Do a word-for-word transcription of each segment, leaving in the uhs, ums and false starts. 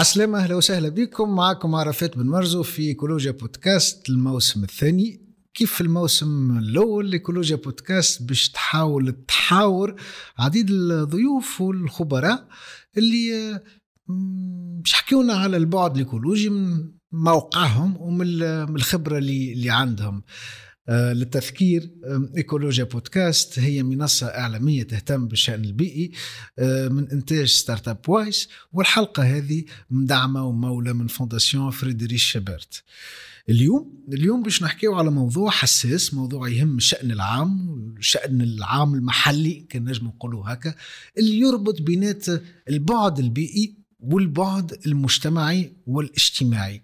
عسلامة، أهلا وسهلا بكم. معكم عرفات بن مرزو في إيكولوجيا بودكاست الموسم الثاني. كيف في الموسم الأول إيكولوجيا بودكاست باش تحاول تحاور عديد الضيوف والخبراء اللي باش يحكيونا على البعد الإيكولوجي من موقعهم ومن الخبرة اللي عندهم. آه للتذكير، إيكولوجيا بودكاست هي منصة إعلامية تهتم بالشأن البيئي آه من إنتاج ستارت اب وايس، والحلقة هذه مدعمة ومولة من فونداسيون فريدريش شابرت. اليوم اليوم باش نحكيو على موضوع حساس، موضوع يهم الشأن العام والشأن العام المحلي كان نجم نقولوا هكا، اللي يربط بينات البعد البيئي والبعد المجتمعي والاجتماعي.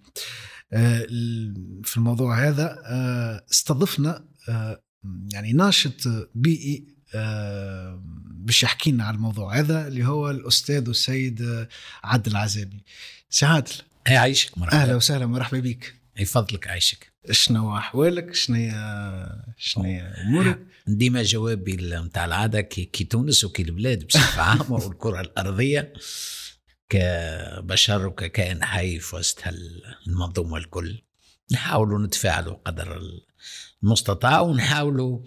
في الموضوع هذا استضفنا يعني ناشط بيئي باش يحكي لنا على الموضوع هذا، اللي هو الأستاذ السيد عادل العزابي. سي عادل، عايشك مرحبا. أهلا وسهلا، مرحبا بك. يفضلك عايشك. شنو أحوالك؟ شنو شنو أمورك؟ ديما جوابي متاع العادة كي, كي تونس وكي البلاد بصفة عامة والكرة الأرضية كبشر وككائن حي في وسط المنظومة الكل. نحاولوا نتفاعلوا قدر المستطاع ونحاولوا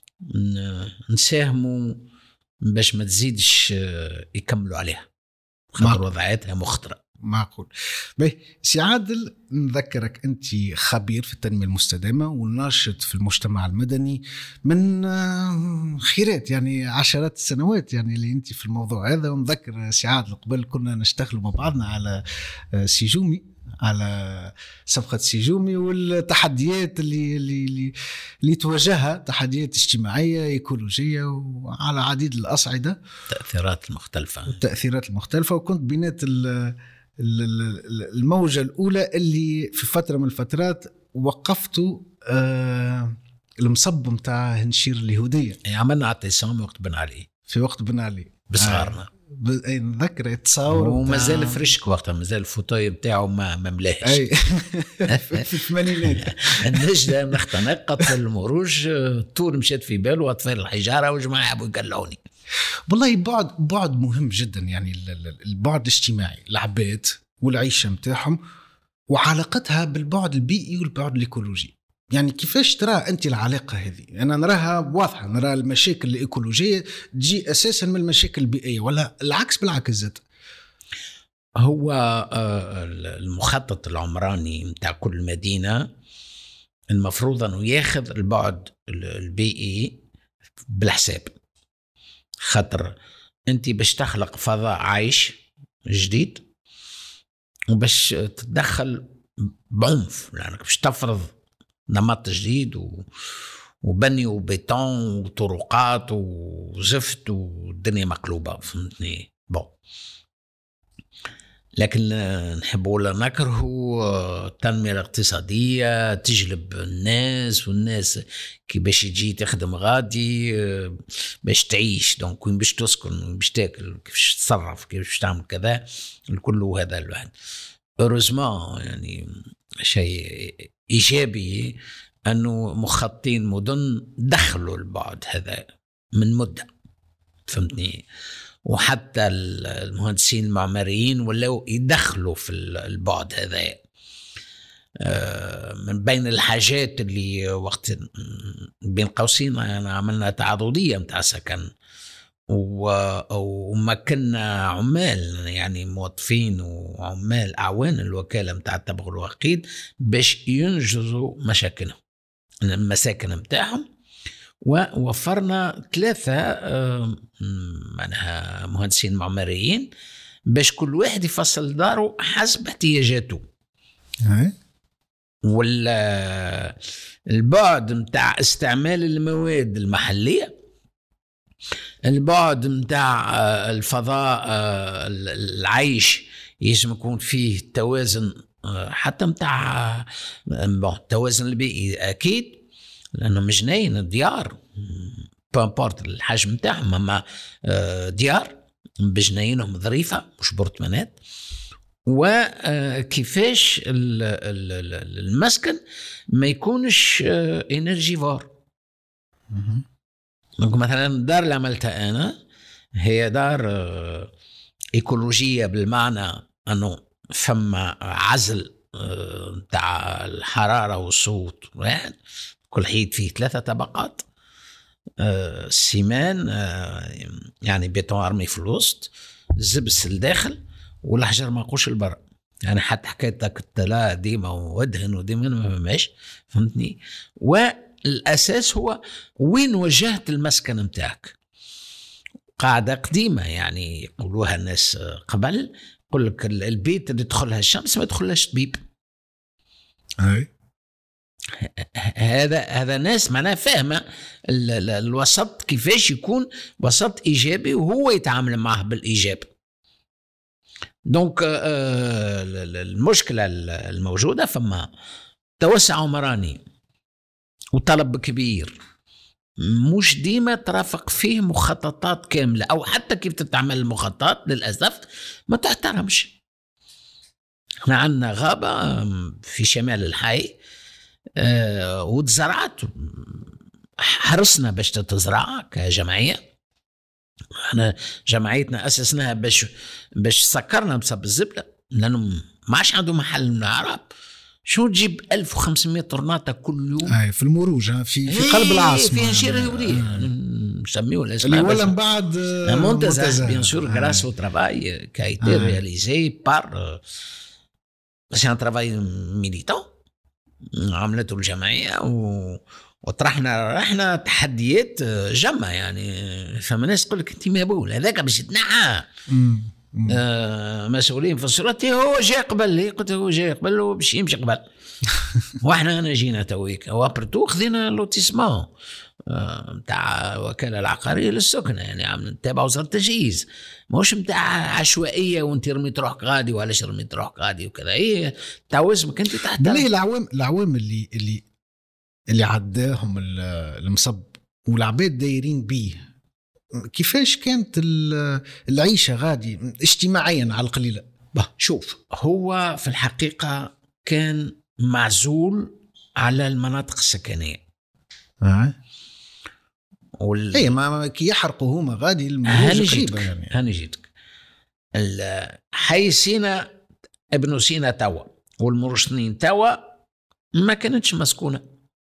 نساهموا باش ما تزيدش يكملوا عليها خاطر وضعيتها مخطرة. معقول. بيه سي عادل، نذكرك أنت خبير في التنمية المستدامة وناشط في المجتمع المدني من خيرات يعني عشرات السنوات يعني اللي أنت في الموضوع هذا. ونذكر سي عادل قبل كنا نشتغل مع بعضنا على سيجومي، على صفقة سيجومي والتحديات اللي اللي اللي, اللي تواجهها، تحديات اجتماعية ايكولوجية وعلى عديد الأصعدة، التأثيرات المختلفة التأثيرات المختلفة. وكنت بينات الموجة الأولى اللي في فترة من الفترات وقفتوا آه المصب متاع هنشير اليهودية. يعني عملنا اعتصام وقت بن علي، في وقت بن علي بصغارنا. آه. اي نذكر تصاور ومازال فريشك وقتها، مازال الفوتوي بتاعه ما مملاهش. اي في الثمانينات النجدة نختنقت المروج، طول مشيت في باله واطفال الحجاره وجماعه ابو يقلعوني. والله بعد بعد مهم جدا، يعني البعد الاجتماعي، العباد والعيشه متاعهم وعلاقتها بالبعد البيئي والبعد الايكولوجي. يعني كيفاش ترى أنت العلاقة هذه؟ أنا نراها واضحة، نرى المشاكل الإيكولوجية تجي أساسا من المشاكل البيئية، ولا العكس بالعكس ذات؟ هو المخطط العمراني متاع كل مدينة المفروض أنه ياخذ البعد البيئي بالحساب، خاطر أنت باش تخلق فضاء عايش جديد وباش تتدخل بعنف، لأنك باش تفرض نمط جديد و... وبني وبيتون وطرقات وزفت والدنيا مقلوبة، فهمتني؟ بون، لكن نحب ولا نكره التنمية الاقتصادية تجلب الناس، والناس كي باش يجي تخدم غادي باش تعيش، دونك وين باش تسكن، وين باش تاكل، كيفاش تتصرف، كيفاش باش تعمل كذا الكل. هذا الواحد هeureusement يعني شيء إيجابي أنه مخططين مدن دخلوا البعد هذا من مدة، فهمتني؟ وحتى المهندسين المعماريين ولاو يدخلوا في البعد هذا. من بين الحاجات اللي وقت بين قوسين أنا عملنا تعاضدية متاع سكن، ومكنا عمال يعني موظفين وعمال أعوان الوكالة متاع التبغ الوقيد باش ينجزوا مشاكلهم المساكن متاعهم. ووفرنا ثلاثة معناها مهندسين معماريين باش كل واحد يفصل داره حسب احتياجاته. والبعد متاع استعمال المواد المحلية، البعد متاع الفضاء العيش يجب يكون فيه توازن، حتى متاع التوازن البيئي أكيد، لأنه مجنين الديار بامبورت الحجم متاعهم، أما ديار بجنينهم ظريفة مش برطمانات. وكيفاش المسكن ما يكونش انرجيفور. مثلا الدار اللي عملتها أنا هي دار إيكولوجية بالمعنى أنه فما عزل تاع الحرارة والصوت واحد، كل حيط فيه ثلاثة طبقات، السيمان يعني بيتون أرمي في الوسط، الزبس الداخل، والحجر ما نقولش البر. يعني حتى حكايتك التلا ديما ودهن وديما ما فماش، فهمتني. والأساس هو وين وجهت المسكن متاعك. قاعدة قديمة يعني يقولوها الناس قبل، يقول لك البيت اللي تدخلها الشمس ما تدخلهاش طبيب. أي. هذا هذا ناس معناها فاهمة الوسط كيفاش يكون وسط إيجابي وهو يتعامل معه بالإيجاب. دونك المشكلة الموجودة فما توسع عمراني وطلب كبير، مش ديما ترافق فيه مخططات كاملة، أو حتى كيف تتعمل المخططات للأسف ما تحترمش. احنا عندنا غابة في شمال الحي أه وتزرعت، حرصنا باش تتزرع كجمعية. احنا جمعيتنا أسسناها باش باش سكرنا بسبب الزبلة، لأنه ما عادش عنده محل من العرب. شو تجيب ألف وخمسمائة طرناطة كل يوم؟ أي في المروج في في قلب العاصمة، في هشير يوريه نسميه اللي ولا من بعد منتزه بيان سور غراس او ترافاي كا ايتي رياليزي بار سي ان ترافاي ميليتون عملته الجمعية و... وطرحنا رحنا تحديات جمة يعني. فما ناس تقول لك انت مابول هذاك باش يتنحى آه مسؤولين في الصورة، هو جاي قبل لي، قلت هو جاي قبل وباش يمشي قبل واحنا انا جينا تويك وابرتو خذينا لوتيسمون نتاع آه وكالة العقارية للسكنة، يعني عم نتابع وزارة التجهيز، ماهوش نتاع عشوائية وانت رميت روحك غادي وعلاش رميت روحك غادي وكذا. هي تاع اسمك انت تحت. بالله العوام العوام اللي اللي اللي عداهم المصب والعباد دايرين بيه، كيفاش كانت العيشة غادي اجتماعيا على القليلة؟ شوف، هو في الحقيقة كان معزول على المناطق السكنية. اه وال... اي ما كي يحرقوا هما غادي المروج قريبة يعني. هاني جيتك حي سينا ابن سينا توا والمرشدين توا ما كانتش مسكونة،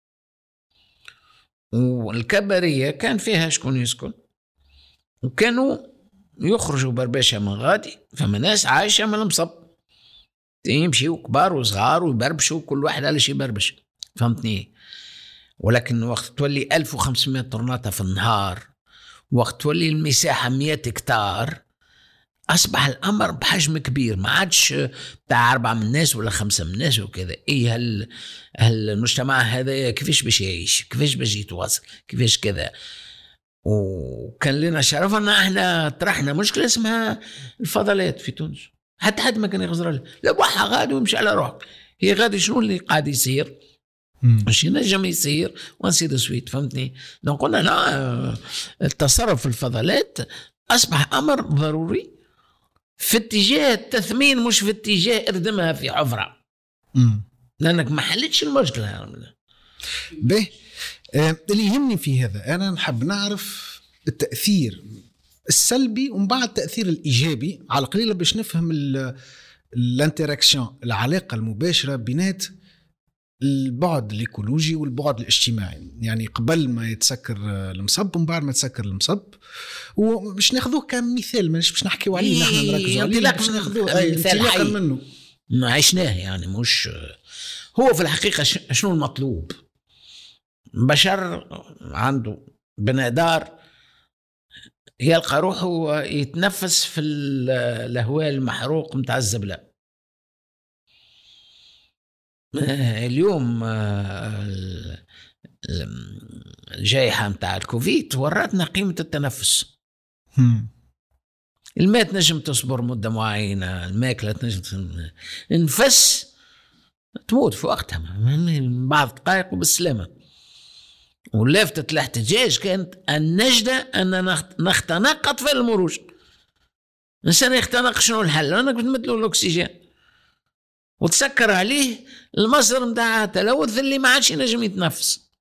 والكبرية كان فيها شكون يسكن، وكانوا يخرجوا برباشة من غادي، فما ناس عايشة من المصب يمشيوا كبار وصغار ويبربشوا كل واحد على شي بربش، فهمتني. ولكن وقت تولي ألف وخمسمائة طرناطة في النهار، وقت تولي المساحة مئة هكتار، أصبح الأمر بحجم كبير، ما عادش بتاع أربعة من الناس ولا خمسة من الناس وكذا. إيه هال هالمجتمع هذا كيفاش باش يعيش، كيفاش باش يتواصل، كيفاش كذا. وكان لنا شرف أن احنا طرحنا مشكلة اسمها الفضلات في تونس، حتى حد ما كان يغزر له، لا بوحة غادي ويمشي على روحك. هي غادي شنو اللي قاعد يصير مش ينجم يصير ونصير سويت، فهمتني. دونك قلنا لا، التصرف في الفضلات أصبح أمر ضروري في اتجاه التثمين، مش في اتجاه اردمها في حفرة، لأنك ما حلتش المشكلة. به آه اللي يهمني في هذا أنا نحب نعرف التأثير السلبي ومن بعد التأثير الإيجابي على القليلة باش نفهم الانتراكشن، العلاقة المباشرة بينات البعد الإيكولوجي والبعد الاجتماعي. يعني قبل ما يتسكر المصب ومن بعد ما يتسكر المصب، ومش ناخذوه كمثال، مش باش نحكيو عليه نحن نركزوا عليه، باش ناخذوه انطلاقا منه عشناه. يعني مش هو في الحقيقة شنو المطلوب؟ بشر عنده بنادار يلقى روحه يتنفس في الهواء المحروق متاع الزبلة. اليوم الجائحة متاع الكوفيد وراتنا قيمة التنفس. الماء تنجم تصبر مدة معينة، الماكلة تنجم نفس تموت في وقتها من بعض دقائق وبالسلامة. ولافتة الاحتجاج كانت النجدة أن نختنق أطفال المروج. الإنسان يختنق شنو الحل؟ أنا كنت مثله الأكسجين وتسكر عليه المصدر متاع التلوث اللي ما عادش ينجم يتنفس.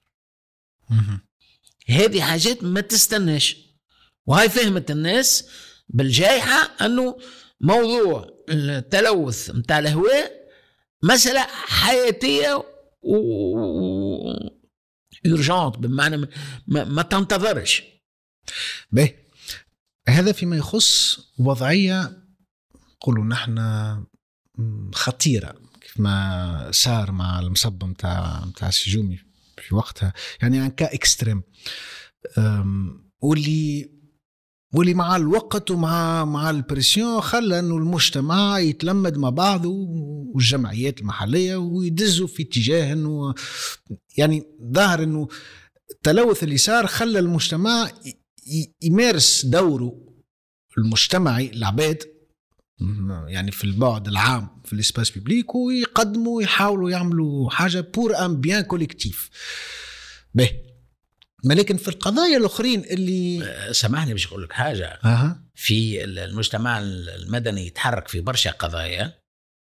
هذه حاجات ما تستناش، وهاي فهمت الناس بالجائحة أنه موضوع التلوث متاع الهواء مسألة حياتية و يرجعت، بمعنى ما, ما تنتظرش. به هذا فيما يخص وضعية قولوا نحن خطيرة، كيف ما صار مع المصب متاع متاع السجومي في وقتها، يعني عن كا اكستريم، واللي واللي مع الوقت ومع مع البريسيون خلى انه المجتمع يتلمد مع بعضه والجمعيات المحليه ويدزوا في اتجاه انه يعني ظهر انه التلوث اللي صار خلى المجتمع يمارس دوره المجتمعي العباد يعني في البعد العام في الاسباس بيبليك، ويقدموا يحاولوا يعملوا حاجه بور ان بيان كوليكتيف. به لكن في القضايا الاخرين اللي سامحني باش اقول لك حاجه، أه. في المجتمع المدني يتحرك في برشا قضايا،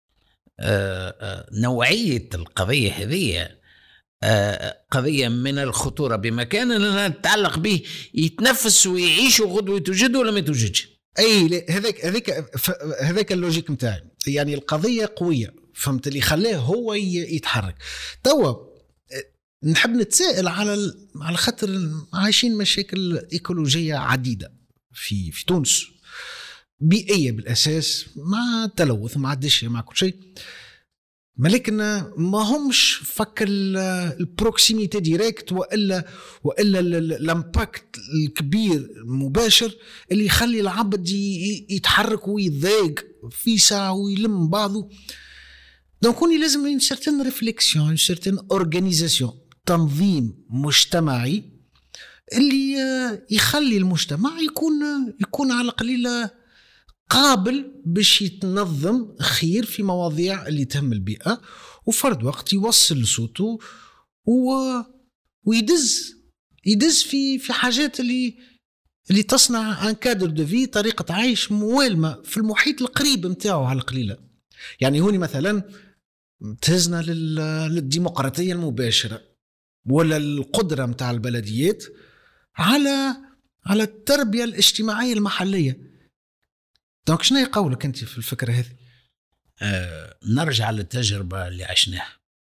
نوعيه القضيه هذه قضيه من الخطوره بمكان انها تتعلق به يتنفس ويعيش وغدوه توجد ولا ما توجدش. اي هذاك هذاك هذاك اللوجيك نتاعي، يعني القضيه قويه، فهمت اللي خلاه هو يتحرك. توا نحب نتسائل على على خاطر عايشين مشاكل ايكولوجيه عديده في في تونس، بيئيه بالاساس، مع التلوث مع الدشيه مع كل شيء، ولكن ما همش فك البروكسيميتي ديريكت والا والا الامباكت الكبير المباشر اللي يخلي العبد يتحرك ويضايق في ساعه ويلم بعضه. دونك هوني لازم une certaine réflexion, une certaine organisation, تنظيم مجتمعي اللي يخلي المجتمع يكون يكون على القليل قابل باش يتنظم خير في مواضيع اللي تهم البيئة، وفرد وقت يوصل صوته و... ويدز يدز في في حاجات اللي اللي تصنع ان كادر دو في، طريقة عيش موالمة في المحيط القريب متاعه على القليلة. يعني هوني مثلا تهزنا للديمقراطية المباشرة ولا القدرة متاع البلديات على على التربية الاجتماعية المحلية. دونك شنو يقولك أنت في الفكرة هذه؟ آه نرجع للتجربة اللي عشناها.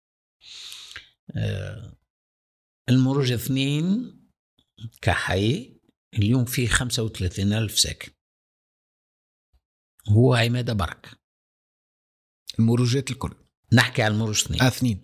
آه المروج اثنين كحي اليوم فيه خمسة وثلاثين ألف ساكن، هو عمادة برك. المروجات الكل نحكي على المروج اثنين. آه اثنين.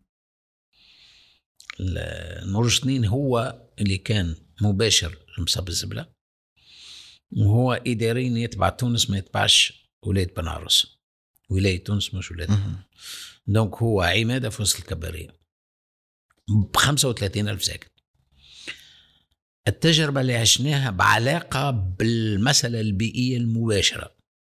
المروج اثنين هو اللي كان مباشر لمصب الزبلة، وهو إداريا يتبع تونس، ما يتبعش ولاية بنعرس، ولاية تونس مش ولاية. دونك هو عمادة في وسط الكبارية بخمسة وثلاثين ألف ساكن. التجربة اللي عشناها بعلاقة بالمسألة البيئية المباشرة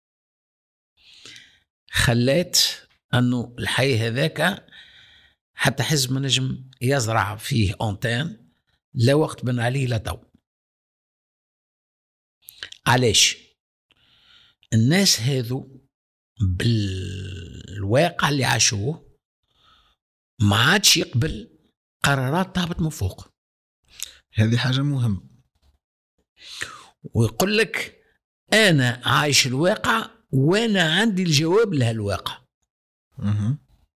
خلات أنه الحي هذاك حتى حزب ما نجم يزرع فيه أنتان لا وقت بن عليه لا تو. علاش؟ الناس هذو بالواقع اللي عاشوه ما عادش يقبل قرارات تهبط من فوق. هذه حاجة مهمة. ويقول لك أنا عايش الواقع وأنا عندي الجواب لهالواقع. أه.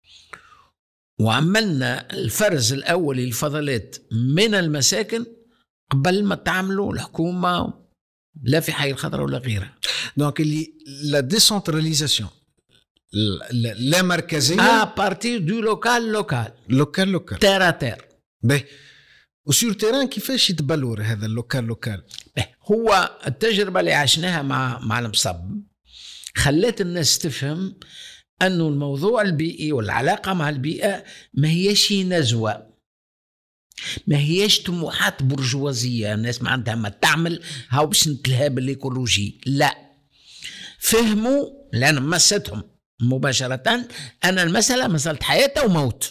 وعملنا الفرز الأول للفضلات من المساكن قبل ما تعملوا الحكومة لا في حي الخضراء ولا غيرها. دونك اللي لا ديسنتراليزاسيون لا مركزية ا بارتير دو لوكال لوكال لوكال لوكال تير تير. باهي. وسور تيران كيفاش يتبلور هذا اللوكال لوكال؟ هو التجربة اللي عشناها مع مع المصب خلت الناس تفهم أنه الموضوع البيئي والعلاقة مع البيئة ما هيش نزوة، ما هيش طموحات برجوازية الناس ما عندها ما تعمل هاو باش نتلها بالإيكولوجي. لا، فهموا لأن مستهم مباشرة أن المسألة مسألة حياة وموت.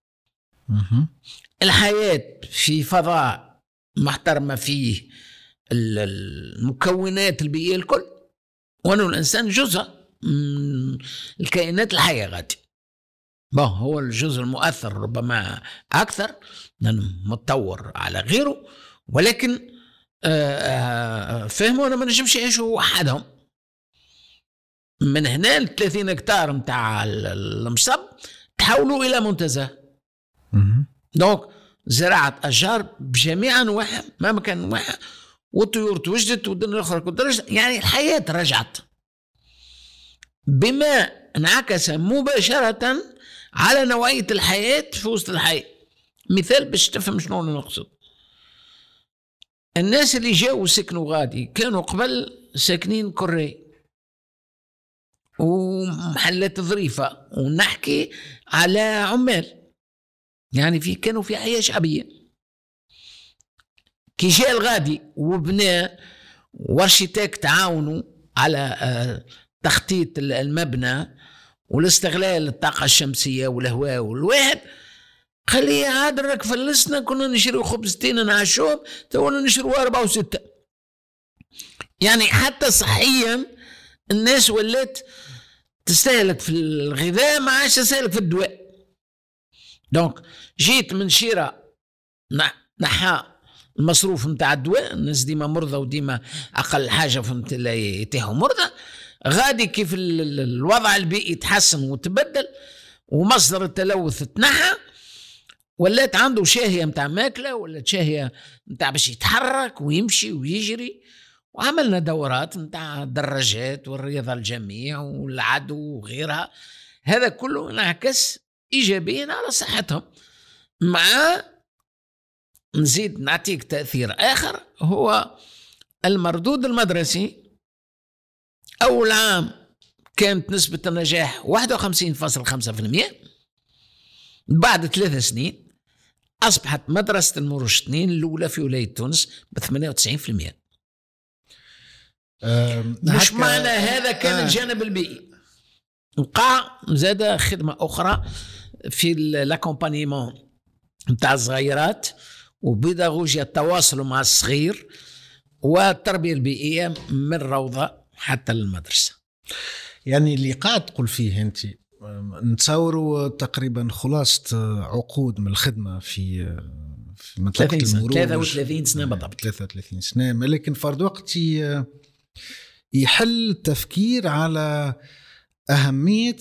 الحياة في فضاء محترمة فيه المكونات البيئية الكل، وأنه الإنسان جزء من الكائنات الحية غادي. باه هو الجزء المؤثر ربما أكثر لأنه متطور على غيره، ولكن فهموا أنه ما نجمش يعيشوا وحدهم. من هنا ال ثلاثين هكتار نتاع المصب تحولوا الى منتزه. دونك زراعه اشجار بجميع انواعها ما مكان انواعها، والطيور توجدت والدنيا الاخرى يعني الحياه رجعت، بما انعكس مباشره على نوعيه الحياه في وسط الحي. مثال باش تفهم شنو نقصد، الناس اللي جاوا سكنوا غادي كانوا قبل ساكنين كري ومحلات ظريفة، ونحكي على عمال يعني في كانوا في حياة شعبية. كي جاء الغادي وبناء وارشيتاك تعاونوا على تخطيط المبنى والاستغلال الطاقة الشمسية والهواء والواحد، خليه عاد راك فلسنا كنا نشري خبزتين نعشوهم تونا نشروا أربعة وستة. يعني حتى صحيا الناس ولات تستهلك في الغذاء ما عادش تستهلك في الدواء. دونك جيت من شراء نحى المصروف نتاع الدواء، الناس ديما مرضى وديما اقل حاجه فهمت يتيحوا مرضى، غادي كيف الوضع البيئي يتحسن وتبدل ومصدر التلوث تنحى، ولات عنده شاهيه نتاع ماكله ولا شاهيه نتاع باش يتحرك ويمشي ويجري. وعملنا دورات نتاع الدراجات والرياضه الجميع والعدو وغيرها، هذا كله انعكس ايجابيا على صحتهم. مع نزيد نعطيك تاثير اخر، هو المردود المدرسي. اول عام كانت نسبه النجاح واحد وخمسين فاصلة خمسة بالمئة، بعد ثلاث سنين اصبحت مدرسه المرشدين الاولى في ولايه تونس ب ثمانية وتسعين بالمئة. مش معنى هذا كان آه. الجانب البيئي. وقع زاد خدمة أخرى في لاكومبانيمون نتاع الصغيرات وبيداغوجيا التواصل مع الصغير والتربية البيئية من الروضة حتى المدرسة. يعني اللي قاعد تقول فيه أنت نتصوروا تقريبا خلاصة عقود من الخدمة في في منطقة المروج ثلاثة وثلاثين سنة بالضبط. ثلاثة وثلاثين سنة، لكن فرد وقت يحل التفكير على أهمية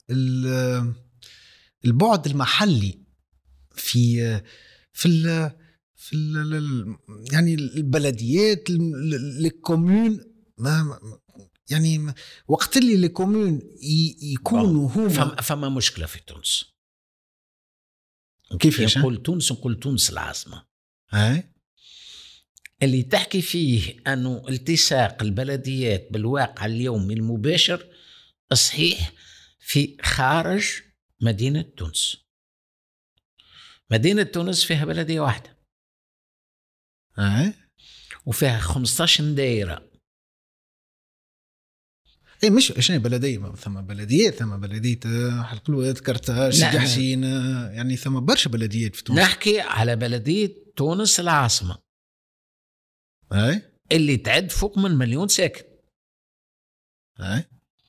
البعد المحلي في في ال في ال يعني البلديات الكومون. ما يعني وقت اللي الكومون يكونوا هما فما مشكلة في تونس. كيف نقول تونس نقول تونس العاصمة هاي اللي تحكي فيه أنه التصاق البلديات بالواقع اليومي المباشر صحيح في خارج مدينة تونس. مدينة تونس فيها بلدية واحدة هاي وفيها خمسطاش دائرة. اي مش شنو بلديه، ثم بلديات، ثم بلديه حلقلوات كرتاج سيدي حسين، يعني ثم برشا بلديات في تونس. نحكي على بلديه تونس العاصمه هاي اللي تعد فوق من مليون ساكن. هاي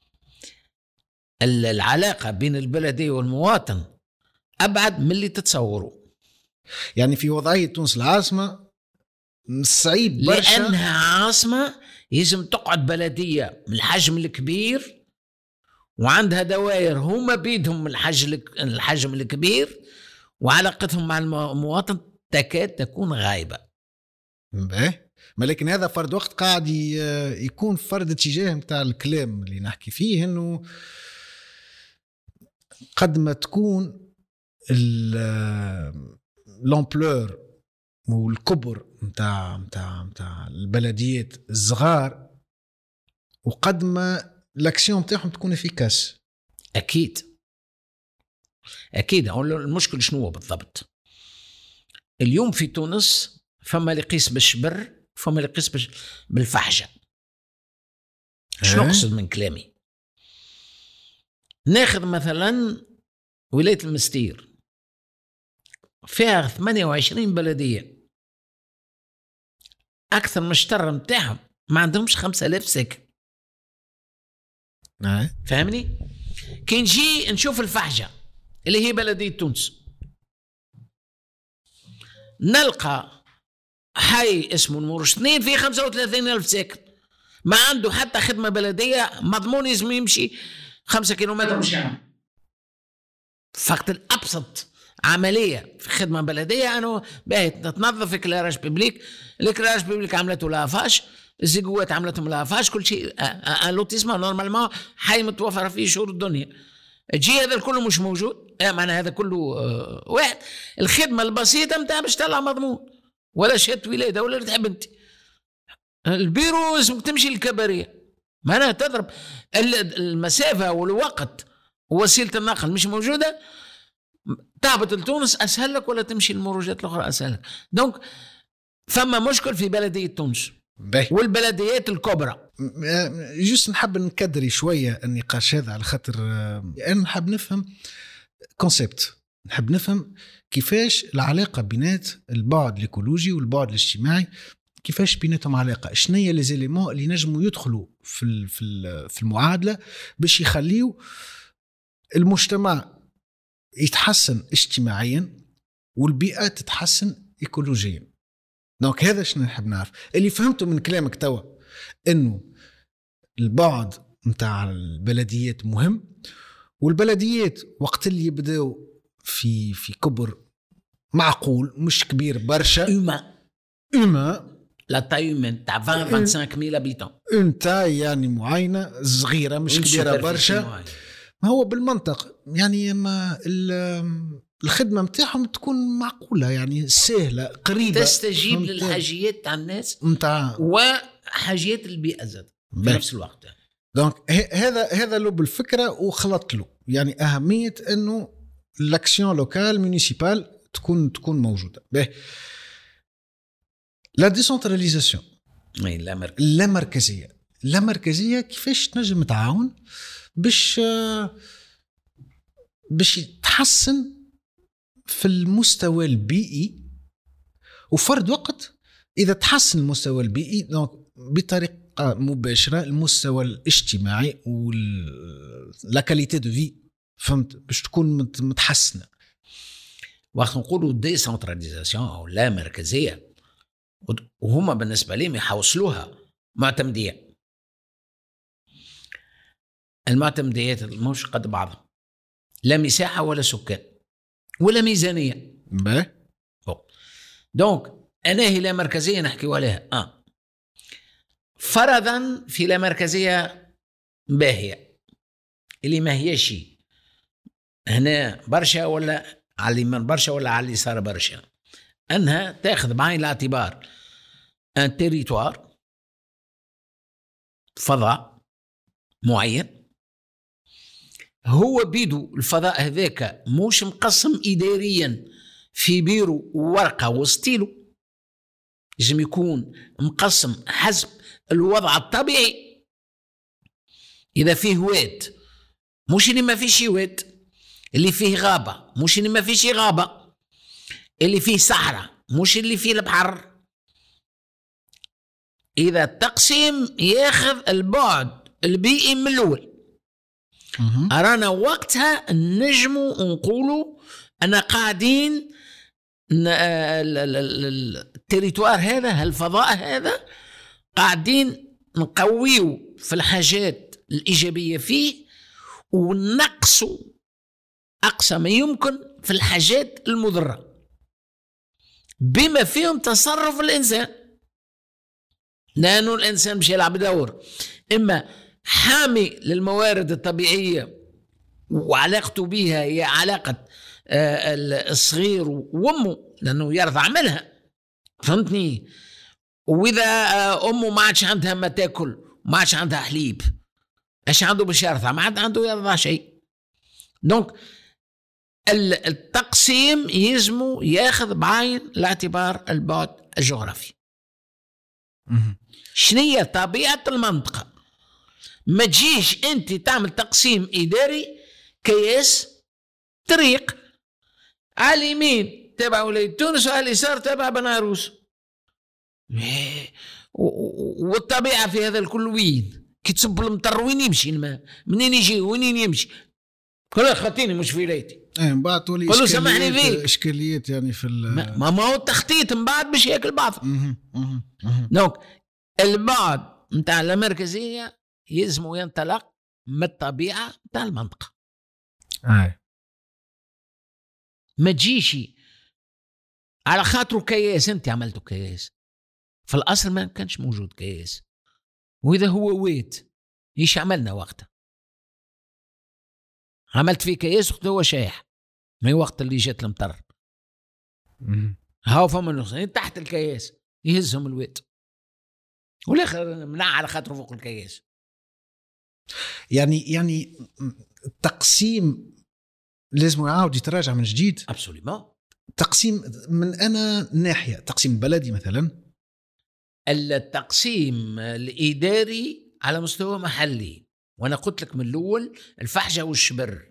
العلاقه بين البلديه والمواطن ابعد من اللي تتصوروا. يعني في وضعيه تونس العاصمه صعيب برشا لانها عاصمه يجب تقعد بلدية من الحجم الكبير وعندها دوائر هما بيدهم من الحجم الكبير وعلاقتهم مع المواطن تكاد تكون غايبة. باهي، ما لكن هذا فرد وقت قاعد يكون فرد اتجاه متاع الكلام اللي نحكي فيه، انه قد ما تكون الامبلور والكبر متاع متاع متاع البلديات الصغار وقد ما الاكسيون متاعهم تكون افيكاس. اكيد اكيد. المشكل شنو هو بالضبط؟ اليوم في تونس فما اللي يقيس بالشبر فما اللي يقيس بالفحجه. شنو اقصد من كلامي؟ ناخذ مثلا ولايه المستير فيها ثمانية وعشرين بلديه، أكثر من الشطر متاعهم ما عندهمش خمسة آلاف ساكن. نعم فهمني؟ كي نجي نشوف الفحجة اللي هي بلدية تونس نلقى حي اسمه المرشدين فيه خمسة وثلاثين ألف ساكن، ما عنده حتى خدمة بلدية مضمون يزم يمشي خمسة كيلومتر مش عام. فقط الأبسط عملية في خدمة بلدية أنه باهت تنظف الكلاراج بيبليك، الكلاراج بيبليك عملته لافاش، الزيقوات عملتهم لافاش، كل شيء اللوتيسما نورمالمون حي متوفر فيه شهور الدنيا. جي هذا كله مش موجود، معنى هذا كله واحد. الخدمة البسيطة متاع باش تطلع مضمون ولا شهادة ولادة ولا اللي تحب انت. البيرو اسمك تمشي للكبارية، معناها تضرب المسافة والوقت ووسيلة النقل مش موجودة، تهبط لتونس أسهل لك ولا تمشي المروجات الأخرى أسهل لك. دونك فما مشكل في بلدية تونس والبلديات الكبرى. جوست نحب نكدري شوية النقاش هذا على خاطر أنا نحب نفهم كونسبت، نحب نفهم كيفاش العلاقة بينات البعد الإيكولوجي والبعد الاجتماعي، كيفاش بيناتهم علاقة، شنية لي زيليمون اللي نجموا يدخلوا في في المعادلة باش يخليوا المجتمع يتحسن اجتماعيا والبيئة تتحسن إيكولوجيا. دونك هذا شنو نحب نعرف. اللي فهمته من كلامك توا انه البعد متاع البلديات مهم، والبلديات وقت اللي يبداو في في كبر معقول مش كبير برشا هما هما لا تاي من تاع عشرين خمسة وعشرين ألف هابيتون، انت يعني معينه صغيره مش كبيره برشا. ما هو بالمنطق يعني ما الخدمه نتاعهم تكون معقوله يعني سهله قريبه تستجيب للحاجيات تاع الناس نتاع وحاجيات البيئه زاد في نفس الوقت. دونك هذا هذا لب الفكره وخلط له يعني اهميه انه الاكسيون لوكال مونيسيبال تكون تكون موجوده. به لا ديسنتراليزاسيون اي لا مركز. لا مركزيه لا مركزيه كيفاش تنجم تعاون باش باش تحسن في المستوى البيئي، وفرد وقت اذا تحسن المستوى البيئي دونك بطريقه مباشره المستوى الاجتماعي ولا كاليتي دو في فهمت باش تكون متحسنه. وقت نقولوا ديسنتراليزاسيون او لا مركزيه وهما بالنسبه لهم يحوصلوها معتمديه. المعتمديات مش قد بعضها، لا مساحه ولا سكان ولا ميزانيه. به دونك انا هي لا مركزيه نحكي عليها اه فرضا في لا مركزيه باهيه اللي ما هيش هنا برشا ولا على اليمين برشا ولا على اليسار برشا، انها تاخذ بعين الاعتبار ان تيريتوار فضاء معين، هو بيدو الفضاء هذاك مش مقسم إداريا في بيرو وورقة وستيلو، يجب يكون مقسم حسب الوضع الطبيعي. إذا فيه واد مش اللي ما فيش واد، اللي فيه غابة مش اللي ما فيش غابة، اللي فيه صحراء مش اللي فيه البحر. إذا التقسيم ياخذ البعد البيئي من الأول، أرانا وقتها نجموا نقولوا أنا قاعدين التريتوار هذا الفضاء هذا قاعدين نقويو في الحاجات الإيجابية فيه ونقصوا أقصى ما يمكن في الحاجات المضرة بما فيهم تصرف الإنسان، لأنه الإنسان مش يلعب دور إما حامي للموارد الطبيعية وعلاقته بها هي علاقة الصغير وأمه لأنه يرضى عملها، فهمتني؟ وإذا أمه ما عادش عندها ما تاكل ما عادش عندها حليب ايش عنده باش يرضى؟ ما عاد عنده يرضى شيء. دونك التقسيم يلزمو ياخذ بعين الاعتبار البعد الجغرافي. شنية طبيعة المنطقة؟ ما تجيش انت تعمل تقسيم اداري كياس طريق على اليمين تبع ولاية تونس وعلى اليسار تبع بناروس، والطبيعة في هذا الكل وين؟ كي تصب المطر وين يمشي الماء؟ منين يجي وين يمشي؟ كل خاطيني مش في ولايتي. ايه من بعد تولي قالوا سامحني فيك اشكاليات يعني في ما, ما هو التخطيط من بعد باش ياكل بعض. دونك البعد نتاع اللامركزية يلزم ينطلق من الطبيعة نتاع المنطقة. آه. ما تجيشي على خاطر كياس انت عملته كياس، في الاصل ما كانش موجود كياس، واذا هو ويت ايش عملنا وقتها؟ عملت فيه كياس وقت هو شايح، ما وقت اللي جات المطر هاو فما نصين تحت الكياس يهزهم الويت، والاخر منع على خاطر فوق الكياس. يعني يعني التقسيم لازم يعاود يتراجع من جديد. ابسوليمون. تقسيم من أنا ناحية تقسيم بلدي مثلا، التقسيم الإداري على مستوى محلي، وأنا قلت لك من الأول الفحجة والشبر.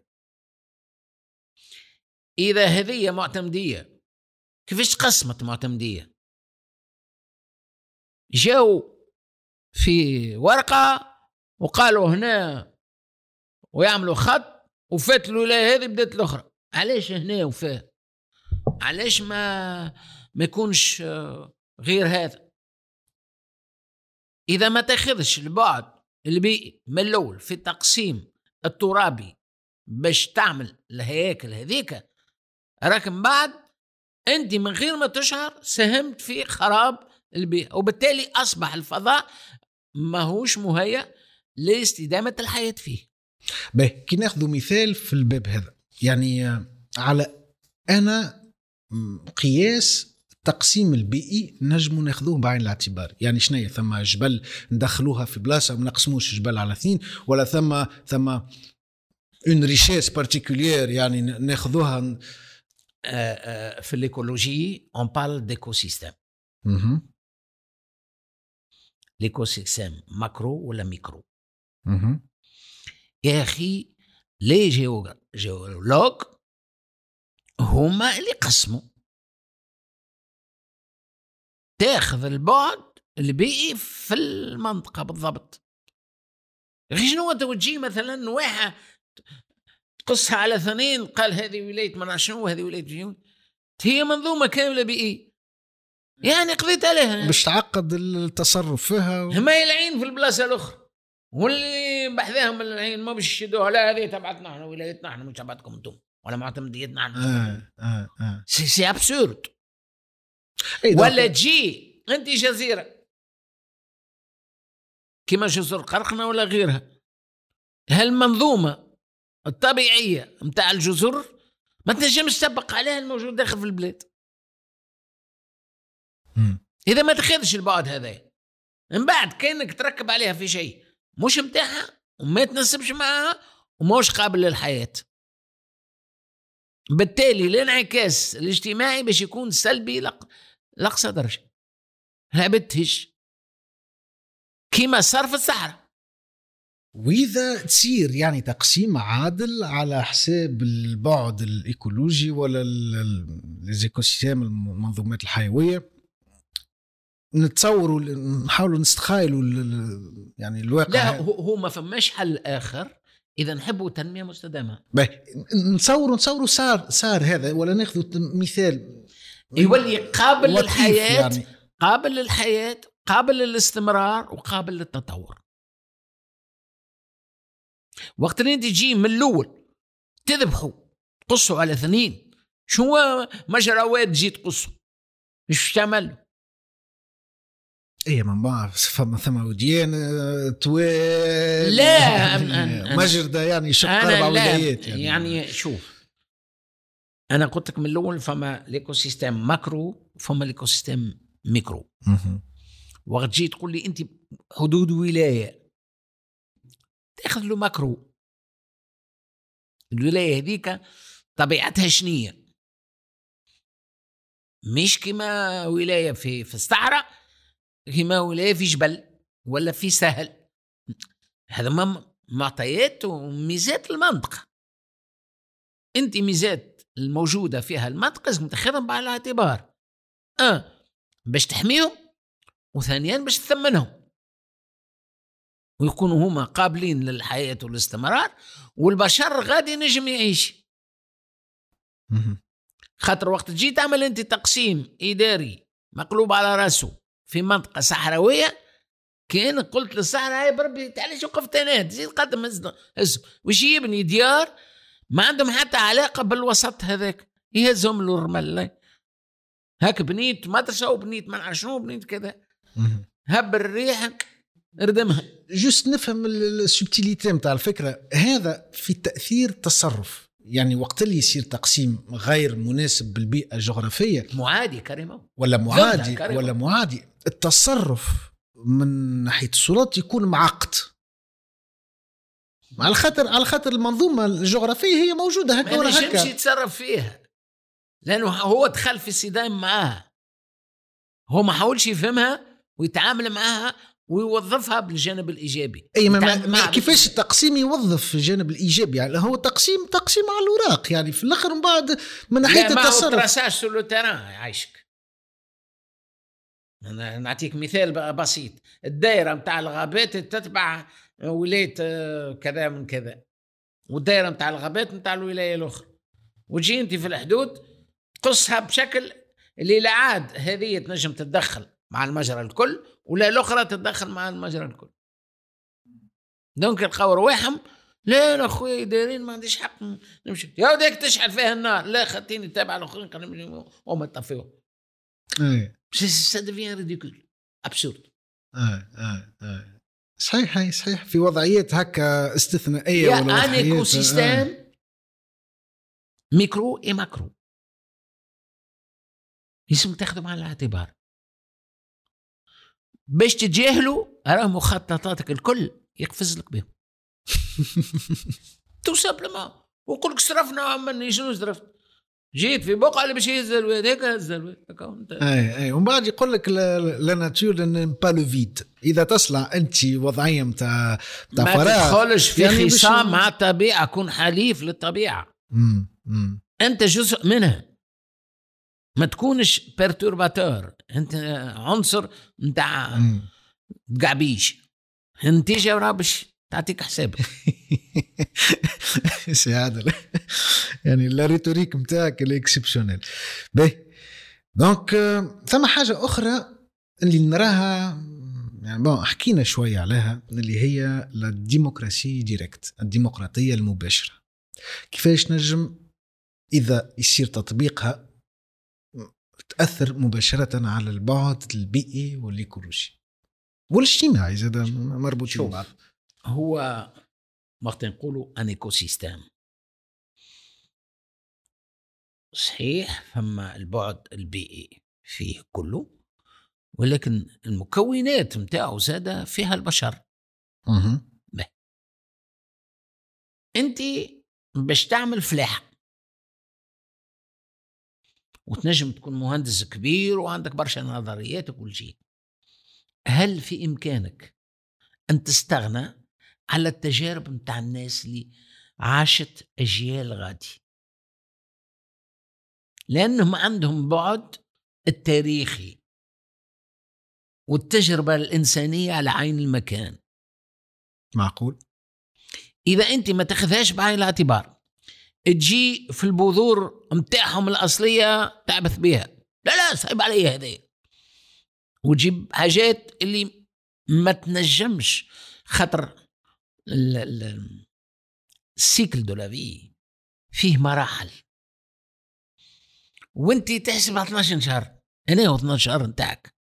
إذا هذه معتمدية كيفاش قسمت معتمدية؟ جاو في ورقة وقالوا هنا ويعملوا خط وفات الولاية هذه بدأت الأخرى. علاش هنا وفات؟ علاش ما ما يكونش غير هذا؟ إذا ما تاخذش البعد البيئي من الأول في التقسيم الترابي باش تعمل الهياكل هذيك، راك من بعد أنت من غير ما تشعر ساهمت في خراب البيئة، وبالتالي أصبح الفضاء ما هوش مهيأ لاستدامة الحياة فيه. به كي ناخذ مثال في الباب هذا، يعني على أنا قياس التقسيم البيئي نجمو ناخذوه بعين الاعتبار. يعني شنية ثم جبل ندخلوها في بلاصة وما نقسموش جبل على اثنين، ولا ثم ثم اون ريشيس بارتيكولير يعني ناخذوها. في l'écologie on parle d'écosystème. اها l'écosystème ماكرو ولا ميكرو؟ اها يا أخي لي جيولوج هما اللي قسموا. تاخذ البعد البيئي في المنطقة بالضبط. غير شنو انت وتجي مثلا واحد تقصها على اثنين قال هذه ولاية ما شنو وهذه ولاية، هي منظومة كاملة بيئية يعني قضيت عليها باش تعقد التصرف فيها و... هما يلعين في البلاصة الأخرى، واللي بحذاهم العين ما باش يشدوها لا هذه تبعتنا احنا ولايتنا احنا مش تبعتكم انتم ولا معتمديتنا احنا. آه آه آه. سي سي ابسورد. أي ولا تجي انت جزيرة كما جزر قرقنة ولا غيرها، هالمنظومة الطبيعية متاع الجزر ما تنجمش تطبق عليها الموجود داخل في البلاد. م. إذا ما تاخذش البعد هذا من بعد كأنك تركب عليها في شيء مش متاعها وما تنسبش معها وماش قابل للحياة، بالتالي الانعكاس الاجتماعي باش يكون سلبي لق... لأقصى درجة. لا بتهش كيما صار في الصحراء. وإذا تصير يعني تقسيم عادل على حساب البعد الإيكولوجي ولا الإيكوسيستم المنظومات الحيوية، نتصوروا نحاولوا نستخيلوا يعني الواقع. لا هو, هو ما فماش حل آخر إذا نحبوا تنمية مستدامة. نتصوروا نتصوروا صار صار هذا، ولا ناخذوا مثال يولي قابل للحياة يعني. قابل للحياة قابل للاستمرار وقابل للتطور. وقت اللي انت تجي من الأول تذبحوا تقصوا على اثنين، شو مجرى واد تجي تقصوا مش تعمل ايه من بعض فما ثم وديان توال لا مجرى يعني شق اربع ولايات يعني. يعني شوف انا قلت لك من الاول فما ليكوسيستم ماكرو فما ليكوسيستم ميكرو. وقت جيت تقول لي انت حدود ولايه تاخذ له ماكرو، الولايه هذيك طبيعتها شنيه، مش كما ولايه في في الصحراء كما ولايه في جبل ولا في سهل. هذا ما معطيات وميزات المنطقه. انت ميزات الموجوده فيها المنطقه لازم تاخذهم بعين الاعتبار، اه باش تحميهم وثانيا باش تثمنهم ويكونوا هما قابلين للحياه والاستمرار والبشر غادي نجم يعيش. خاطر وقت تجي تعمل انت تقسيم اداري مقلوب على راسه في منطقه صحراويه كان قلت للصحراء هاي بربي تعالي وقفت انا تزيد قدم اسم وش يبني ديار ما عندهم حتى علاقه بالوسط هذاك يهزهم له الرمل هاك بنيت مدرسه وبنيت ما نعرف شنو بنيت كذا هب الريح اردمها. جست نفهم السبتيليتي نتاع الفكره هذا في تاثير تصرف يعني وقت اللي يصير تقسيم غير مناسب بالبيئه الجغرافيه معادي كريمه ولا معادي ولا معادي التصرف من ناحيه السلطات يكون معقد على خاطر على خاطر المنظومه الجغرافيه هي موجوده هكا ولا هكا ما ينجمش يتصرف فيها لانه هو دخل في صدام معاها هو ما حاولش يفهمها ويتعامل معاها ويوظفها بالجانب الإيجابي. أي ما ما كيفاش التقسيم يوظف الجانب الإيجابي يعني هو تقسيم تقسيم على الوراق يعني في الآخر من بعد من ناحية التصرف. لا ما هو تراساج سولو تيران يعيشك. أنا نعطيك مثال بسيط الدائرة متاع الغابات تتبع ولاية كذا من كذا والدائرة متاع الغابات متاع الولاية الأخرى وتجي أنت في الحدود تقصها بشكل اللي لا عاد هذه تنجم تتدخل مع المجرى الكل ولا الأخرى تتدخل مع المجرى الكل. دونك القور واحم لا لا أخوي دايرين ما عنديش حق نمشي يا وديك تشحل فيها النار لا خطيني تابع الآخرين قالوا وما تطفيوه. إيه. ça devient ridicule absurde. آه آه آه. صحيح هاي صحيح في وضعيات هكا استثنائية ولا وضعيات يعني ايكو سيستم آه. ميكرو اي ماكرو لازم تاخذوا مع الاعتبار باش تتجاهلوا راه مخططاتك الكل يقفز لك بهم تو سامبلومون وقول لك صرفنا مني شنو صرفت جيت في بقعه اللي باش يهز الواد هيك هز الواد اي اي ومن بعد يقول لك لا ناتور ان با لو فيد اذا تصلع انت وضعيه نتاع نتاع فراغ ما تدخلش في يعني خصام مع الطبيعه كون حليف للطبيعه امم انت جزء منها ما تكونش بيرتورباتور انت عنصر نتاع قعبيش النتيجه وراه باش تعطيك حسابك سعادة يعني لا ريتوريك متاعك الاكسبشنال باهي دونك ثم حاجه اخرى اللي نراها يعني بون حكينا شويه عليها اللي هي لا ديمقراطيه ديريكت الديمقراطيه المباشره كيفاش نجم اذا يصير تطبيقها تأثر مباشرة على البعد البيئي والإيكولوجي والاجتماعي زاد مربوطين بعض. هو وقت نقولوا ان ايكو سيستم صحيح فما البعد البيئي فيه كله ولكن المكونات متاعه زادة فيها البشر. اها انت باش تعمل فلاحة وتنجم تكون مهندس كبير وعندك برشا نظريات وكل شيء هل في إمكانك أن تستغنى على التجارب متاع الناس اللي عاشت أجيال غادي لأنهم عندهم بعد التاريخي والتجربة الإنسانية على عين المكان. معقول إذا أنت ما تأخذهاش بعين الاعتبار تجي في البذور متاعهم الأصلية تعبث بها لا لا صعب علي هذا وتجيب حاجات اللي ما تنجمش خطر السيكل دو لا في فيه مراحل وانت تحسب على اثناشر شهر انا هو اثناشر شهر نتاعك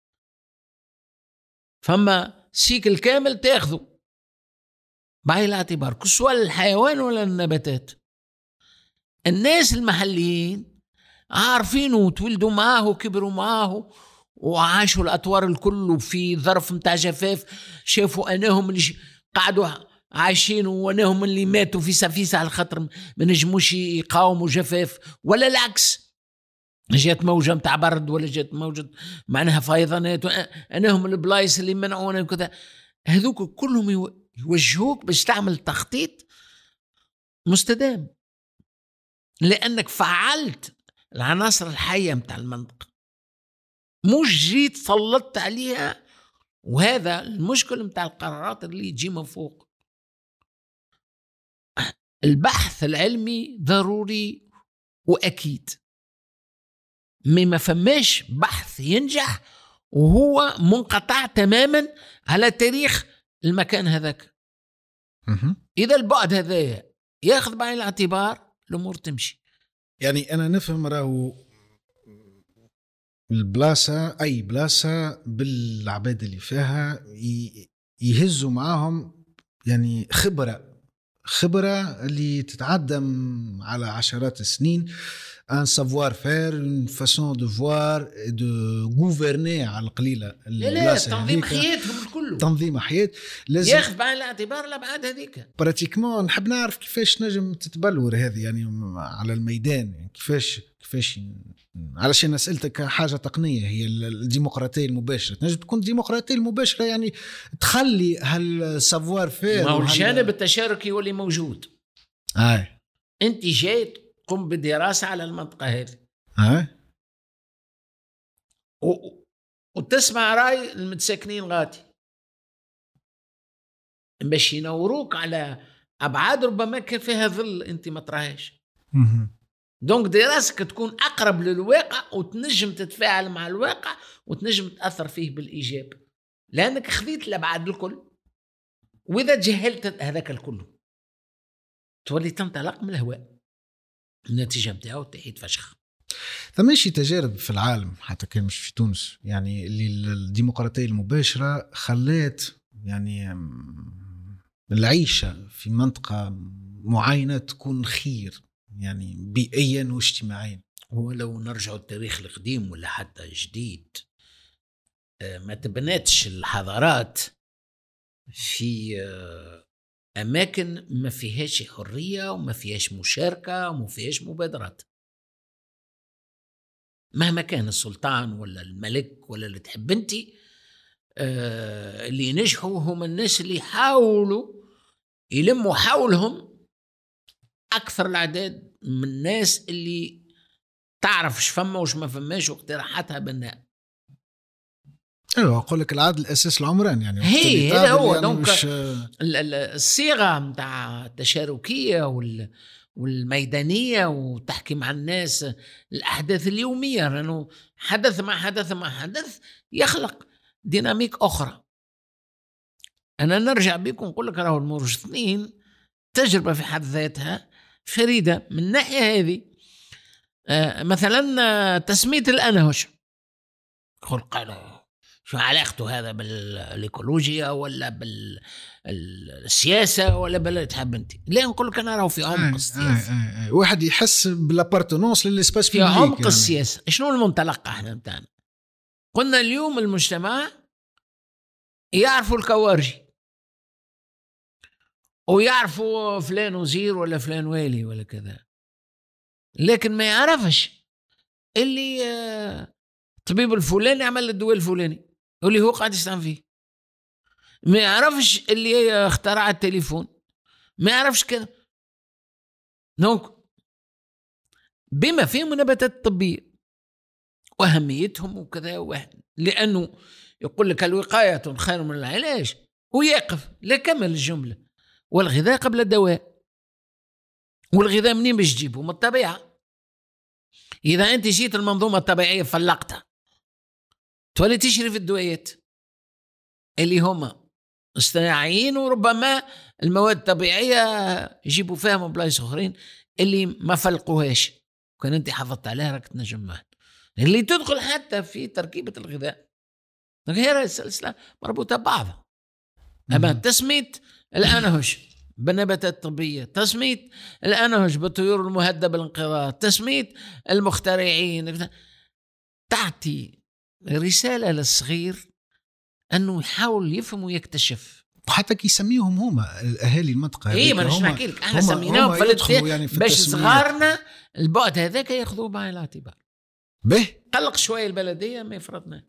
فما سيكل كامل تاخذه بعين الاعتبار كسوا الحيوان ولا النباتات. الناس المحليين عارفينه وتولدوا معاه وكبروا معاه وعاشوا الأطوار الكل في ظرف متاع جفاف شافوا أنهم اللي قعدوا عايشين وأنهم اللي ماتوا في سفيسة على خاطر ما نجموش يقاوموا جفاف ولا العكس جات موجة متاع برد ولا جات موجة معناها فيضانات أنهم البلايس اللي منعونا وكذا هذوك كلهم يوجهوك باش تعمل تخطيط مستدام لأنك فعلت العناصر الحية متاع المنطقة مش جيت سلطت عليها. وهذا المشكل متاع القرارات اللي تجي من فوق. البحث العلمي ضروري وأكيد ما فماش بحث ينجح وهو منقطع تماما على تاريخ المكان هذاك. إذا البعد هذا ياخذ بعين الاعتبار الأمور تمشي. يعني أنا نفهم راهو البلاصة أي بلاصة بالعباد اللي فيها يهزوا معاهم يعني خبرة خبرة اللي تتعدم على عشرات السنين، ان سافوار فير، ان فاسون دو فوار دو غوفرني على القليله. لا لا تنظيم حياتهم الكل، تنظيم حياه لازم ياخذ بعين الاعتبار الابعاد هذيك. براتيكمون نحب نعرف كيفاش نجم تتبلور هذه يعني على الميدان، يعني كيفاش كيفاش علشان اسئلتك حاجه تقنيه هي الديمقراطيه المباشره. نجم تكون الديمقراطيه المباشره يعني تخلي هالسافوار فير، ما هو الجانب التشاركي يولي موجود. اي انت جاي قم بدراسة على المنطقة هذه ها و... وتسمع رأي المتساكنين غادي باش ينوروك على أبعاد ربما كان فيها ظل أنت ما تراهاش. دونك دراستك تكون أقرب للواقع وتنجم تتفاعل مع الواقع وتنجم تأثر فيه بالإيجاب، لأنك خذيت الأبعاد الكل. وإذا جهلت هذاك الكل تولي تنطلق من الهواء، النتيجة بتاعه تحيد فشخ. ثماشي تجارب في العالم حتى كان مش في تونس يعني اللي الديمقراطية المباشرة خلات يعني العيشة في منطقة معينة تكون خير يعني بيئيا واجتماعيا. هو لو نرجع التاريخ القديم ولا حتى جديد، ما تبنتش الحضارات في أماكن ما فيهاش حرية وما فيهاش مشاركة وما فيهاش مبادرات. مهما كان السلطان ولا الملك ولا اللي تحب انتي، آه اللي ينجحوا هم الناس اللي يحاولوا يلموا حولهم أكثر الأعداد من الناس اللي تعرف شفما وش ما فماش واقتراحاتها بناء. ايوه اقول لك العدل الاساس العمران يعني هي هذا هو يعني دونك مش... الصيغه نتاع التشاركيه وال والميدانيه وتحكي مع الناس الاحداث اليوميه، لانه حدث مع حدث مع حدث يخلق ديناميك اخرى. انا نرجع بكم نقول لك راهو المرج اثنين تجربه في حد ذاتها فريده من الناحيه هذه. آه مثلا تسميه الانهش، قل قالوا شو علاقته هذا بالايكولوجيا ولا بالسياسه ولا بلا تحب انت؟ ليه نقول لك انا راهو في عمق السياسه. آه آه آه. واحد يحس بالابارتونونس للاسباس في عمق يعني. السياسه شنو المنطلق احنا بتاعنا؟ قلنا اليوم المجتمع يعرفوا الكوارجي ويعرفوا فلان وزير ولا فلان والي ولا كذا، لكن ما يعرفش اللي طبيب الفلاني عمل الدواء الفلاني واللي هو قاعد يستعمل فيه. ما يعرفش اللي اخترع التليفون، ما يعرفش كذا. دونك بما فيهم النباتات الطبية وأهميتهم وكذا واحد، لأنه يقول لك الوقاية خير من العلاج ويقف لا كمل الجملة. والغذاء قبل الدواء، والغذاء منين باش تجيبه؟ من الطبيعة. إذا أنت جيت المنظومة الطبيعية فلقتها تولي تشري في الدوائيات اللي هما اصطناعيين، وربما المواد الطبيعية يجيبوا فيها من بلايص أخرين اللي ما فلقوهاش. كان أنت حافظت عليها راك تنجم معها اللي تدخل حتى في تركيبة الغذاء. غير السلسلة مربوطة ببعضها. أما تسميت الأنهش بالنباتات الطبية، تسميت الأنهش بالطيور المهددة بالانقراض، تسميت المخترعين، تعطي رسالة للصغير أنه يحاول يفهم ويكتشف. وحتى كي يسميهم هما الأهالي المنطقة. إيه ما نش نحكي لك احنا سميناهم فلتفي يعني باش صغارنا البعد هذاك ياخذوه بعين الاعتبار. به قلق شوية البلدية ما يفرضنا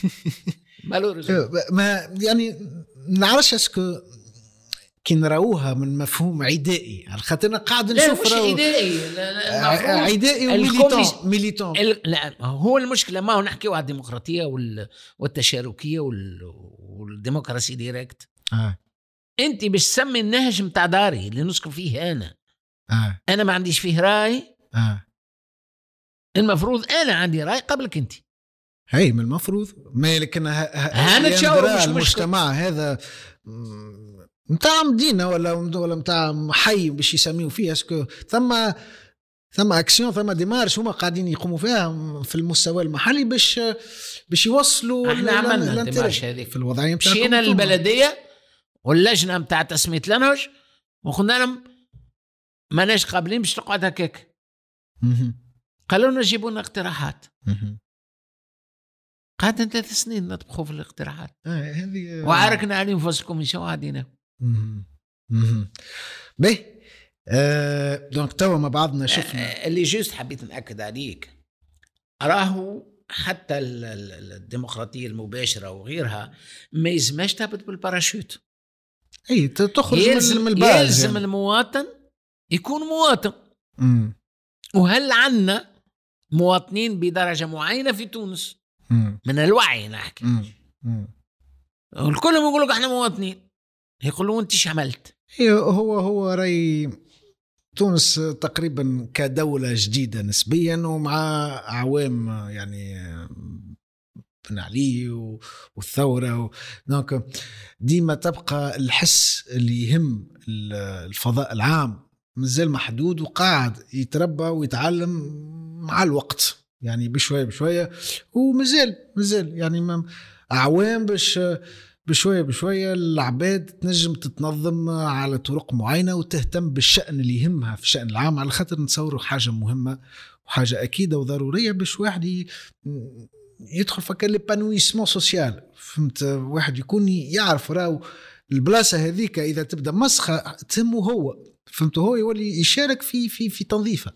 ما يعني نعرفش اسكو كي نراوها من مفهوم عدائي على خاطرنا قاعد نشوف لا مش عدائي عدائي وميليتون ميليتون لا هو المشكلة ما هو نحكيو على الديمقراطية والتشاركية والديمقراسي ديريكت. آه. انت باش تسمي النهج متاع داري اللي نسكن فيه انا آه. انا ما عنديش فيه راي. آه. المفروض انا عندي راي قبلك انت. هي من المفروض ما لكن هانا تشاور مش المجتمع هذا متاع مدينة ولا ولا متاع حي باش يسميوا فيه اسكو ثم ثم اكسيون ثم ديمارش هما قاعدين يقوموا فيها في المستوى المحلي باش باش يوصلوا. احنا عملنا ديمارش هذيك في الوضعيه نتاعكم، مشينا للبلديه واللجنه نتاع تسميه لانوج وقلنا لهم ماناش قابلين باش تقعد هكاك. قالوا لنا جيبوا لنا اقتراحات. قعدنا ثلاث سنين نطبخوا في الاقتراحات هذه وعاركنا عليهم في الكوميسيون وعدينا به. آه، دونك توا مع بعضنا شفنا آه، اللي جوست حبيت نأكد عليك راهو حتى الديمقراطية المباشرة وغيرها ما يلزمش تهبط بالباراشوت. اي تخرج يلزم من الباز يلزم يعني. المواطن يكون مواطن. مم. وهل عنا مواطنين بدرجة معينة في تونس مم. من الوعي نحكي. مم. مم. الكلهم يقولوا احنا مواطنين، يقولوا انت ايش عملت؟ هو هو راي تونس تقريبا كدولة جديدة نسبيا ومع أعوام يعني بن علي والثورة، دونك ديما تبقى الحس اللي يهم الفضاء العام مازال محدود وقاعد يتربى ويتعلم مع الوقت يعني بشوية بشوية، ومازال مازال يعني أعوام باش بشوية بشوية العباد تنجم تتنظم على طرق معينة وتهتم بالشأن اللي يهمها في الشأن العام، على خاطر نتصور حاجة مهمة وحاجة أكيدة وضرورية باش واحد يدخل فكر لبانويسمون سوسيال. فهمت؟ واحد يكون يعرف راو البلاصة هذيك إذا تبدأ مسخة تهمه هو، فهمت؟ هو يولي يشارك في في في تنظيفها.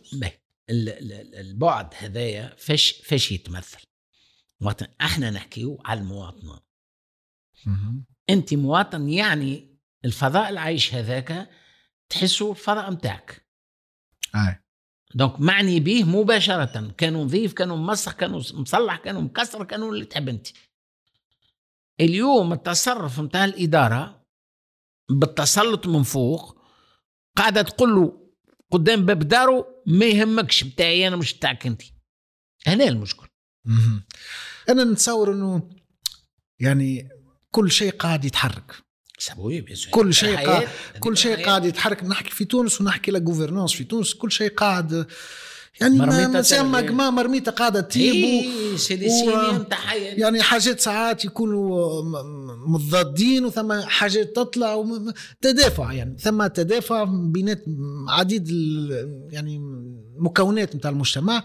البعد هذايا فاش فاش يتمثل مواطن. احنا نحكيو على المواطنة. انت مواطن يعني الفضاء العيش هذاك تحسه الفضاء متاعك. آه. دونك معني به مباشرة، كانوا نظيف كانوا مسخ كانوا مصلح كانوا مكسر كانوا اللي تحب انت. اليوم التصرف متاع الإدارة بالتسلط من فوق قاعدة تقول له قدام باب داره ما يهمكش بتاعي انا مش بتاعك انت. هنا المشكل. انا نتصور انه يعني كل شيء قاعد يتحرك. كل شيء قاعد كل شيء قاعد يتحرك. نحكي في تونس ونحكي لا غوفرنانس في تونس، كل شيء قاعد يعني ما ما مرميته قاعده تيب و... يعني حاجات ساعات يكونوا مضادين وثم حاجات تطلع وتدافع، يعني ثم تدافع بينات عديد يعني مكونات نتاع المجتمع،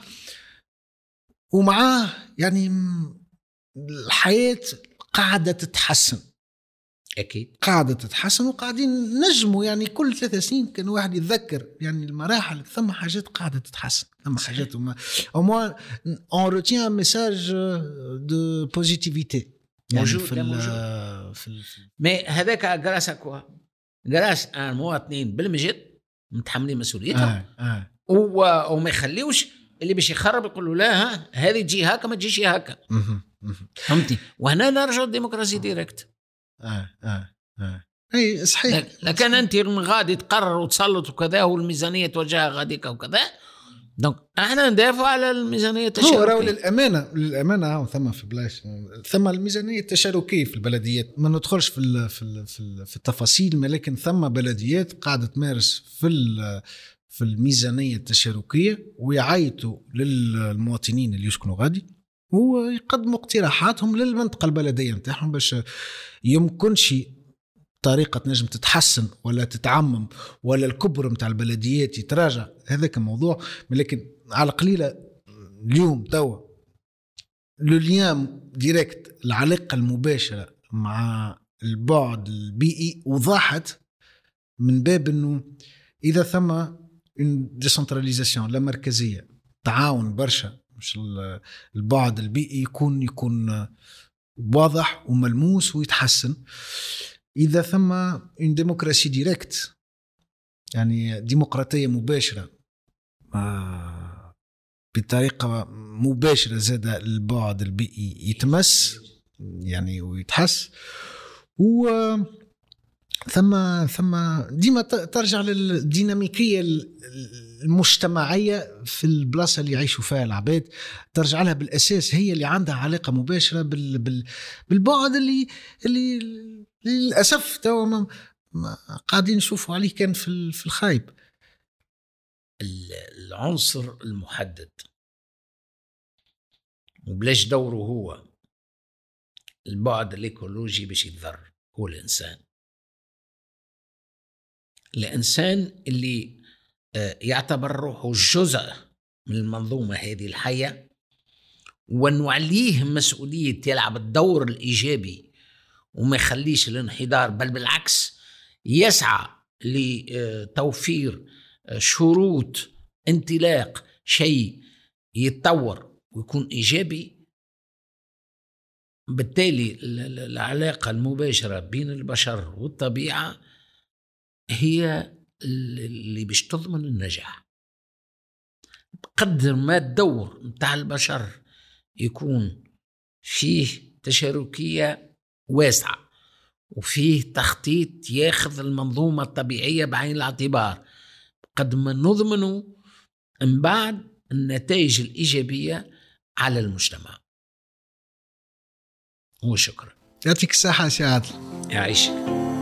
ومعاه يعني الحياة قاعدة تتحسن. أكيد قاعدة تتحسن وقاعدين نجموا يعني كل ثلاث سنين كان واحد يتذكر يعني المراحل ثم حاجات قاعدة تتحسن، ثم حاجات au moins on retient un message de positivité يعني في ال في ال ما هذاك جراس أكوا جراس المواطنين بالمجد متحملين مسؤوليتهم آه آه. وما يخليوش اللي باش يخرب يقولوا لا ها هذه تجي هكا ما تجيش هكا. فهمتي؟ وهنا نرجع الديمقراطية ديريكت. اه اه اه اي صحيح. لكن انت غادي تقرر وتسلط وكذا والميزانيه توجهها غاديك وكذا، دونك احنا ندافع على الميزانيه التشاركيه. هو راهو للامانه للامانه ثم في بلاش ثم الميزانيه التشاركيه في البلديات، ما ندخلش في ال في ال في التفاصيل، ولكن ثم بلديات قاعده تمارس في في الميزانيه التشاركيه ويعيطوا للمواطنين اللي يسكنوا غادي ويقدموا اقتراحاتهم للمنطقة البلدية متاعهم باش يمكنش طريقة نجم تتحسن ولا تتعمم ولا الكبر متاع البلديات يتراجع. هذاك الموضوع، لكن على قليلة اليوم توا لليام ديريكت العلاقة المباشرة مع البعد البيئي وضاحت من باب انه اذا ثم ديسنتراليزاسيون لا مركزية تعاون برشا مش البعد البيئي يكون يكون واضح وملموس ويتحسن. إذا ثم إن ديمقراطية ديريكت يعني ديمقراطية مباشرة بطريقة مباشرة زاد البعد البيئي يتمس يعني ويتحس و ثم ثم ديما ترجع للديناميكيه المجتمعيه في البلاصه اللي يعيشوا فيها العباد، ترجع لها بالاساس هي اللي عندها علاقه مباشره بال بال بالبعد اللي اللي للاسف توا قاعدين نشوفوا عليه كان في في الخايب. العنصر المحدد وبلاش دوره هو البعد الايكولوجي باش يتضرر هو الانسان. الانسان اللي يعتبر روحه جزء من المنظومه هذه الحيه ونعليه مسؤوليه يلعب الدور الايجابي وما يخليش الانحدار، بل بالعكس يسعى لتوفير شروط انطلاق شيء يتطور ويكون إيجابي. بالتالي العلاقة المباشرة بين البشر والطبيعة هي اللي باش تضمن النجاح. بقدر ما الدور متاع البشر يكون فيه تشاركية واسعة وفيه تخطيط ياخذ المنظومة الطبيعية بعين الاعتبار، قد ما نضمنوا من بعد النتائج الإيجابية على المجتمع. وشكرا. يعطيك الصحة سي عادل. يعيشك.